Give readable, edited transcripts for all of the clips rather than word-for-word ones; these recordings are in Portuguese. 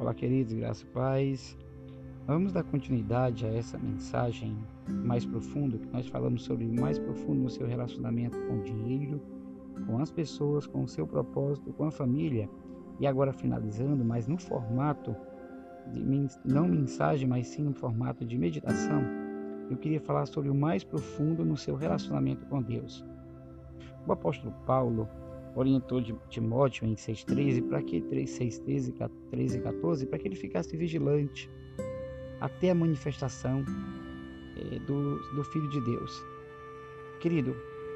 Olá, queridos, graça e paz. Vamos dar continuidade a essa mensagem mais profunda, que nós falamos sobre o mais profundo no seu relacionamento com o dinheiro, com as pessoas, com o seu propósito, com a família. E agora finalizando, mas no formato de não mensagem, mas sim no formato de meditação, eu queria falar sobre o mais profundo no seu relacionamento com Deus. O apóstolo Paulo orientou de Timóteo em 6,13 para que 6,13 e 14 para que ele ficasse vigilante até a manifestação do Filho de Deus. Querido,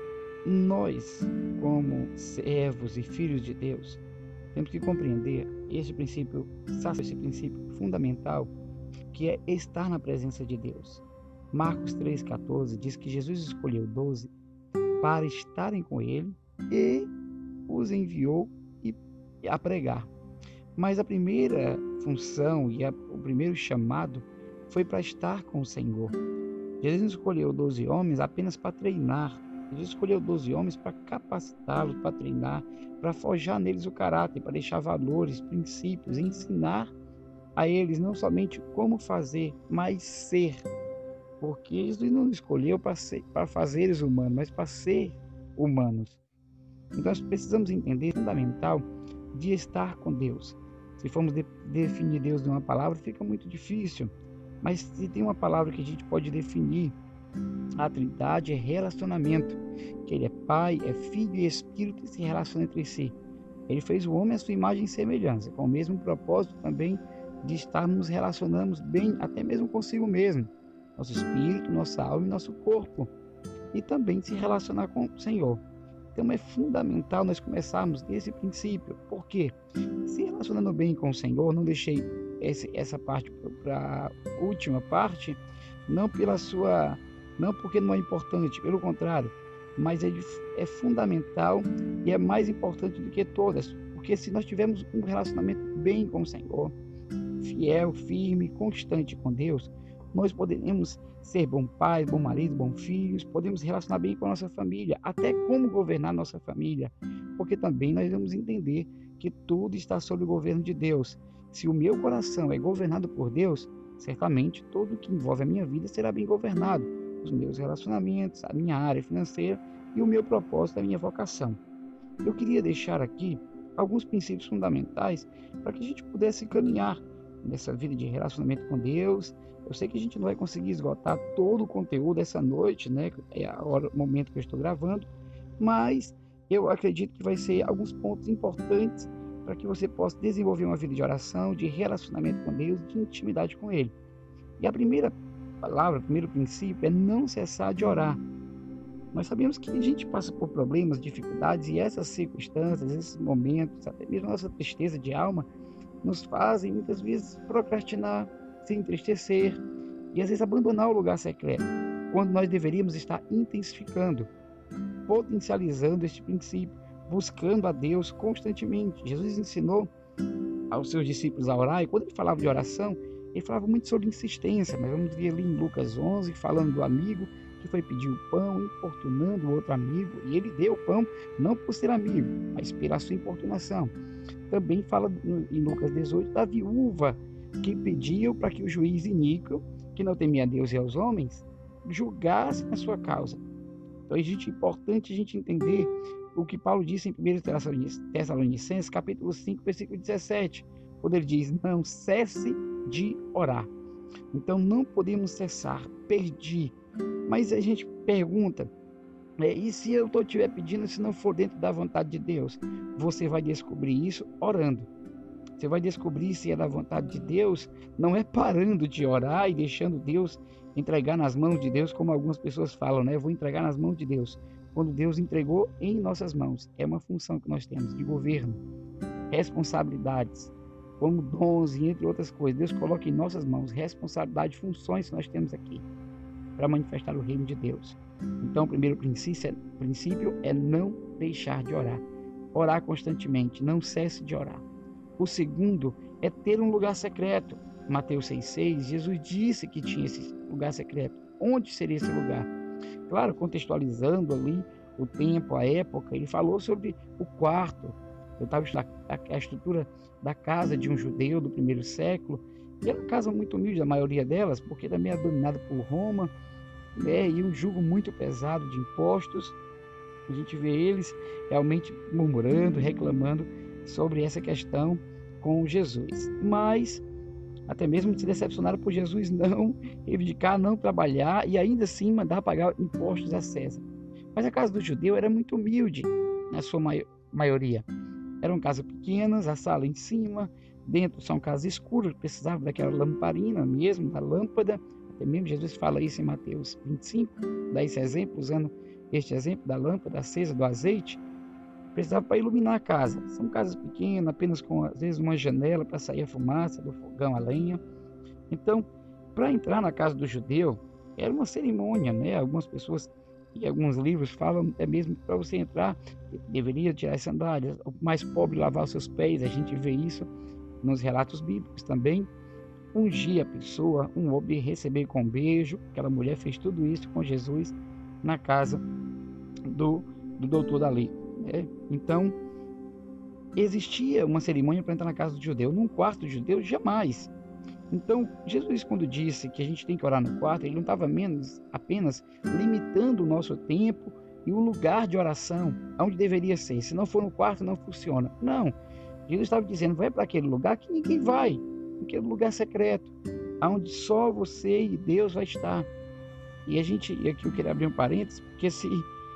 nós, como servos e filhos de Deus, temos que compreender esse princípio fundamental, que é estar na presença de Deus. Marcos 3,14 diz que Jesus escolheu 12 para estarem com ele e os enviou a pregar. Mas a primeira função e o primeiro chamado foi para estar com o Senhor. Jesus não escolheu 12 homens apenas para treinar. Jesus escolheu 12 homens para capacitá-los, para treinar, para forjar neles o caráter, para deixar valores, princípios, ensinar a eles não somente como fazer, mas ser. Porque Jesus não escolheu para fazeres humanos, mas para ser humanos. Então nós precisamos entender o fundamental de estar com Deus. Se formos definir Deus numa palavra, fica muito difícil. Mas se tem uma palavra que a gente pode definir, a Trindade é relacionamento. Que Ele é Pai, é Filho e Espírito e se relacionam entre si. Ele fez o homem à sua imagem e semelhança, com o mesmo propósito também de estarmos nos relacionando bem, até mesmo consigo mesmo. Nosso espírito, nossa alma e nosso corpo. E também se relacionar com o Senhor. Então é fundamental nós começarmos desse princípio. Por quê? Se relacionando bem com o Senhor, não deixei essa parte para a última parte, não porque não é importante, pelo contrário, mas é fundamental e é mais importante do que todas. Porque se nós tivermos um relacionamento bem com o Senhor, fiel, firme, constante com Deus, nós poderemos ser bom pai, bom marido, bom filhos, podemos relacionar bem com a nossa família, até como governar nossa família, porque também nós vamos entender que tudo está sob o governo de Deus. Se o meu coração é governado por Deus, certamente tudo que envolve a minha vida será bem governado, os meus relacionamentos, a minha área financeira e o meu propósito, a minha vocação. Eu queria deixar aqui alguns princípios fundamentais para que a gente pudesse caminhar nessa vida de relacionamento com Deus. Eu sei que a gente não vai conseguir esgotar todo o conteúdo essa noite, né? É o momento que eu estou gravando, mas eu acredito que vai ser alguns pontos importantes para que você possa desenvolver uma vida de oração, de relacionamento com Deus, de intimidade com Ele. E a primeira palavra, o primeiro princípio é não cessar de orar. Nós sabemos que a gente passa por problemas, dificuldades, e essas circunstâncias, esses momentos, até mesmo a nossa tristeza de alma, nos fazem muitas vezes procrastinar, se entristecer e às vezes abandonar o lugar secreto, quando nós deveríamos estar intensificando, potencializando este princípio, buscando a Deus constantemente. Jesus ensinou aos seus discípulos a orar, e quando ele falava de oração, ele falava muito sobre insistência. Mas vamos ver ali em Lucas 11, falando do amigo que foi pedir o pão, importunando o outro amigo, e ele deu o pão não por ser amigo, mas pela sua importunação. Também fala em Lucas 18 da viúva que pediu para que o juiz iníquo, que não temia a Deus e aos homens, julgasse na sua causa. Então é importante a gente entender o que Paulo disse em 1 Tessalonicenses, capítulo 5, versículo 17, quando ele diz: não cesse de orar. Então não podemos cessar, perdi. Mas a gente pergunta, e se eu estiver pedindo, se não for dentro da vontade de Deus? Você vai descobrir isso orando. Você vai descobrir se é da vontade de Deus, não é parando de orar e deixando Deus entregar nas mãos de Deus, como algumas pessoas falam, né? Eu vou entregar nas mãos de Deus. Quando Deus entregou em nossas mãos, é uma função que nós temos de governo, responsabilidades, como dons e entre outras coisas. Deus coloca em nossas mãos responsabilidade, funções que nós temos aqui para manifestar o reino de Deus. Então, o primeiro princípio é não deixar de orar. Orar constantemente, não cesse de orar. O segundo é ter um lugar secreto. Mateus 6,6, Jesus disse que tinha esse lugar secreto. Onde seria esse lugar? Claro, contextualizando ali o tempo, a época, ele falou sobre o quarto, Eu estava estudando a estrutura da casa de um judeu do primeiro século, e era uma casa muito humilde, a maioria delas, porque também era dominada por Roma, né, e um jugo muito pesado de impostos. A gente vê eles realmente murmurando, reclamando sobre essa questão com Jesus. Mas até mesmo se decepcionaram por Jesus não reivindicar, não trabalhar e ainda assim mandar pagar impostos a César. Mas a casa do judeu era muito humilde, na sua maioria. Eram casas pequenas, a sala em cima, dentro são casas escuras, precisavam daquela lamparina mesmo, da lâmpada. Até mesmo Jesus fala isso em Mateus 25, dá esse exemplo, usando este exemplo da lâmpada acesa, do azeite. Precisava para iluminar a casa. São casas pequenas, apenas com, às vezes, uma janela para sair a fumaça do fogão a lenha. Então, para entrar na casa do judeu, era uma cerimônia, né? Algumas pessoas e alguns livros falam até mesmo que para você entrar, deveria tirar as sandálias, o mais pobre lavar os seus pés. A gente vê isso nos relatos bíblicos também. Ungir a pessoa, um homem receber com um beijo. Aquela mulher fez tudo isso com Jesus na casa do doutor da lei. Então, existia uma cerimônia para entrar na casa do judeu. Num quarto judeu, jamais. Então, Jesus, quando disse que a gente tem que orar no quarto, ele não estava apenas limitando o nosso tempo e o lugar de oração, onde deveria ser. Se não for no quarto, não funciona. Não. Jesus estava dizendo, vai para aquele lugar que ninguém vai, aquele lugar secreto, onde só você e Deus vai estar. E aqui eu queria abrir um parênteses, porque se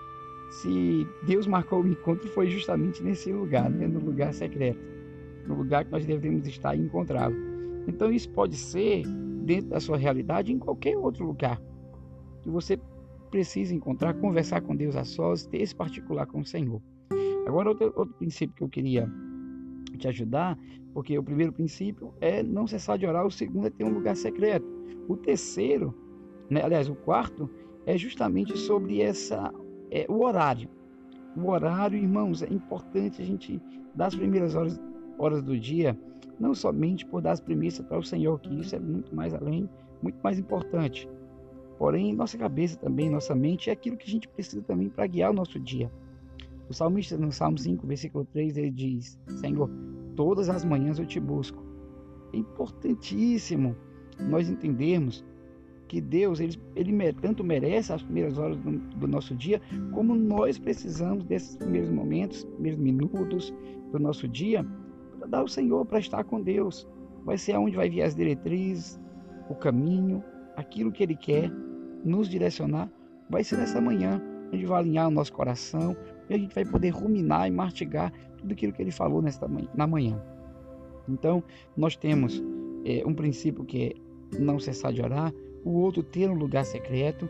Deus marcou o encontro, foi justamente nesse lugar, né? No lugar secreto, no lugar que nós devemos estar e encontrá-lo. Então isso pode ser dentro da sua realidade, em qualquer outro lugar que você precisa encontrar, conversar com Deus a sós, ter esse particular com o Senhor. Agora outro princípio que eu queria te ajudar, porque o primeiro princípio é não cessar de orar, o segundo é ter um lugar secreto, o terceiro, né, aliás, o quarto é justamente sobre o horário. O horário, irmãos, é importante a gente dar as primeiras horas do dia, não somente por dar as primícias para o Senhor, que isso é muito mais além, muito mais importante. Porém, nossa cabeça também, nossa mente, é aquilo que a gente precisa também para guiar o nosso dia. O salmista, no Salmo 5, versículo 3, ele diz, Senhor, todas as manhãs eu te busco. É importantíssimo nós entendermos que Deus, ele tanto merece as primeiras horas do nosso dia, como nós precisamos desses primeiros momentos, primeiros minutos do nosso dia, para dar ao Senhor, para estar com Deus. Vai ser onde vai vir as diretrizes, o caminho, aquilo que Ele quer nos direcionar, vai ser nessa manhã, onde vai alinhar o nosso coração, e a gente vai poder ruminar e mastigar tudo aquilo que Ele falou na manhã. Então, nós temos um princípio que é não cessar de orar, o outro ter um lugar secreto,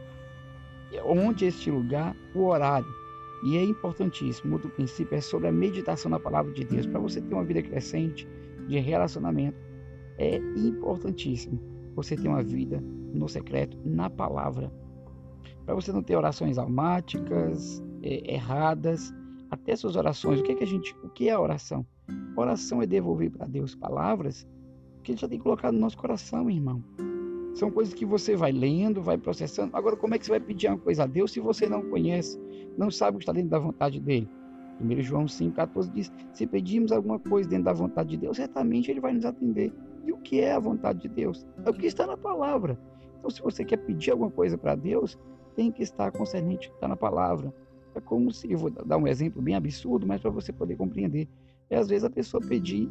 onde este lugar, o horário. E é importantíssimo, outro princípio é sobre a meditação na palavra de Deus. Para você ter uma vida crescente de relacionamento, é importantíssimo você ter uma vida no secreto, na palavra. Para você não ter orações almáticas, erradas, até suas orações. O que é a oração? Oração é devolver para Deus palavras que Ele já tem colocado no nosso coração, irmão. São coisas que você vai lendo, vai processando. Agora, como é que você vai pedir uma coisa a Deus se você não conhece, não sabe o que está dentro da vontade dele? 1 João 5,14 diz, se pedirmos alguma coisa dentro da vontade de Deus, certamente Ele vai nos atender. E o que é a vontade de Deus? É o que está na palavra. Então, se você quer pedir alguma coisa para Deus, tem que estar concernente ao que está na palavra. É como se, eu vou dar um exemplo bem absurdo, mas para você poder compreender. Às vezes a pessoa pedir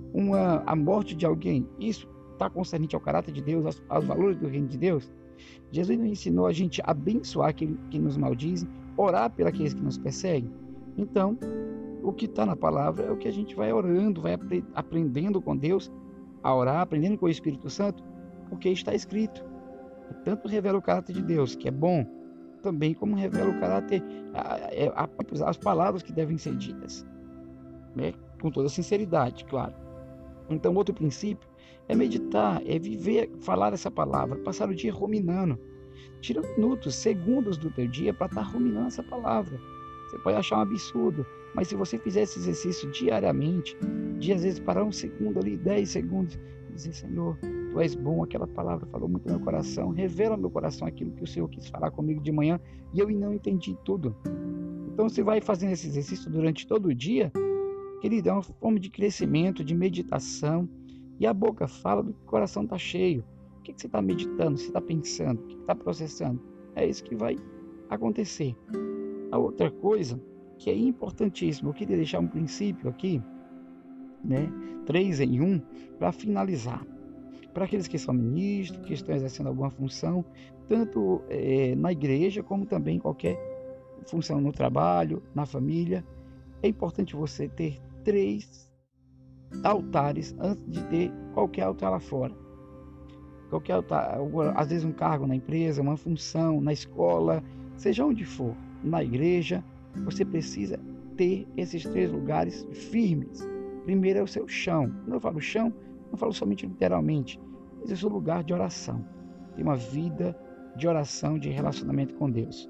a morte de alguém, isso está concernente ao caráter de Deus, aos valores do reino de Deus. Jesus nos ensinou a gente a abençoar aqueles que nos maldizem, orar por aqueles que nos perseguem. Então, o que está na palavra é o que a gente vai orando, vai aprendendo com Deus a orar, aprendendo com o Espírito Santo, porque está escrito. Tanto revela o caráter de Deus, que é bom, também como revela o caráter, as palavras que devem ser ditas, né? Com toda sinceridade, claro. Então, outro princípio é meditar, é viver, falar essa palavra, passar o dia ruminando. Tira minutos, segundos do teu dia para estar ruminando essa palavra. Você pode achar um absurdo, mas se você fizer esse exercício diariamente, às vezes parar um segundo ali, 10 segundos, dizer, Senhor, Tu és bom, aquela palavra falou muito no meu coração, revela no meu coração aquilo que o Senhor quis falar comigo de manhã e eu não entendi tudo. Então você vai fazendo esse exercício durante todo o dia Querido, é uma forma de crescimento, de meditação. E a boca fala do que o coração está cheio. O que você está meditando? Você está pensando? O que está processando? É isso que vai acontecer. A outra coisa que é importantíssima, eu queria deixar um princípio aqui, né? 3 em 1, para finalizar. Para aqueles que são ministros, que estão exercendo alguma função, tanto na igreja, como também qualquer função no trabalho, na família, é importante você ter 3 altares antes de ter qualquer altar lá fora. Qualquer altar, às vezes um cargo na empresa, uma função, na escola, seja onde for, na igreja, você precisa ter esses 3 lugares firmes. Primeiro é o seu chão. Quando eu falo chão, não falo somente literalmente, mas é o seu lugar de oração. Ter uma vida de oração, de relacionamento com Deus.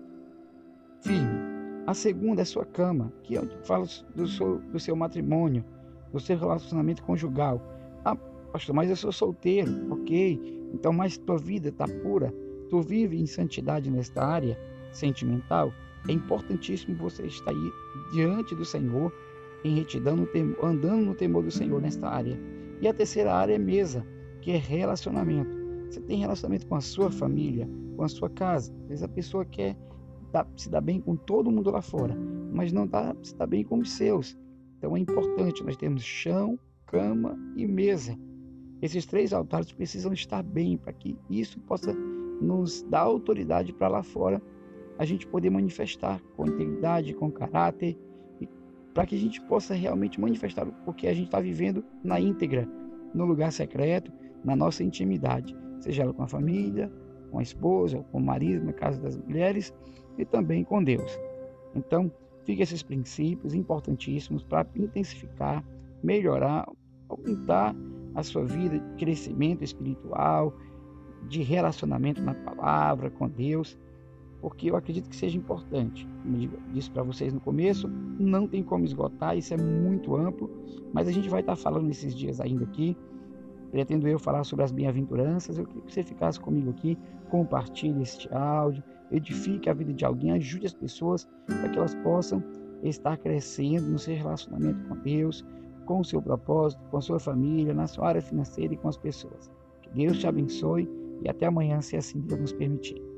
Firme. A segunda é a sua cama, que é onde fala do seu matrimônio, do seu relacionamento conjugal. Ah, pastor, mas eu sou solteiro, ok. Então, mas tua vida está pura, tu vive em santidade nesta área sentimental. É importantíssimo você estar aí diante do Senhor, em retidão, andando no temor do Senhor nesta área. E a terceira área é mesa, que é relacionamento. Você tem relacionamento com a sua família, com a sua casa. Às vezes a pessoa quer se dar bem com todo mundo lá fora, mas não se dá bem com os seus. Então é importante nós termos chão, cama e mesa. Esses 3 altares precisam estar bem para que isso possa nos dar autoridade para lá fora a gente poder manifestar com integridade, com caráter, para que a gente possa realmente manifestar o que a gente está vivendo na íntegra, no lugar secreto, na nossa intimidade, seja ela com a família, com a esposa, com o marido, no caso das mulheres, e também com Deus. Então, fica esses princípios importantíssimos para intensificar, melhorar, aumentar a sua vida de crescimento espiritual, de relacionamento na palavra, com Deus, porque eu acredito que seja importante. Como eu disse para vocês no começo, não tem como esgotar, isso é muito amplo, mas a gente vai estar falando esses dias ainda aqui. Pretendo eu falar sobre as bem-aventuranças. Eu queria que você ficasse comigo aqui, compartilhe este áudio, edifique a vida de alguém, ajude as pessoas para que elas possam estar crescendo no seu relacionamento com Deus, com o seu propósito, com a sua família, na sua área financeira e com as pessoas. Que Deus te abençoe e até amanhã, se assim Deus nos permitir.